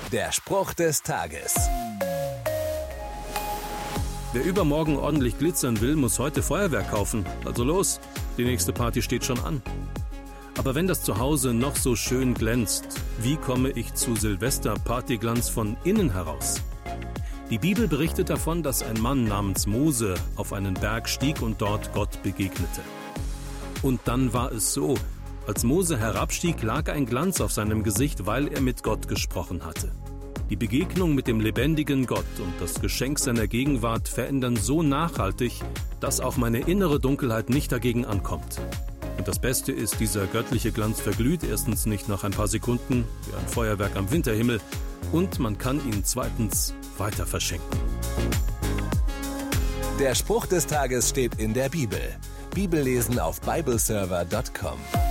Der Spruch des Tages. Wer übermorgen ordentlich glitzern will, muss heute Feuerwerk kaufen. Also los, die nächste Party steht schon an. Aber wenn das Zuhause noch so schön glänzt, wie komme ich zu Silvester-Partyglanz von innen heraus? Die Bibel berichtet davon, dass ein Mann namens Mose auf einen Berg stieg und dort Gott begegnete. Und dann war es so: Als Mose herabstieg, lag ein Glanz auf seinem Gesicht, weil er mit Gott gesprochen hatte. Die Begegnung mit dem lebendigen Gott und das Geschenk seiner Gegenwart verändern so nachhaltig, dass auch meine innere Dunkelheit nicht dagegen ankommt. Und das Beste ist, dieser göttliche Glanz verglüht erstens nicht nach ein paar Sekunden, wie ein Feuerwerk am Winterhimmel, und man kann ihn zweitens weiter verschenken. Der Spruch des Tages steht in der Bibel. Bibellesen auf bibleserver.com.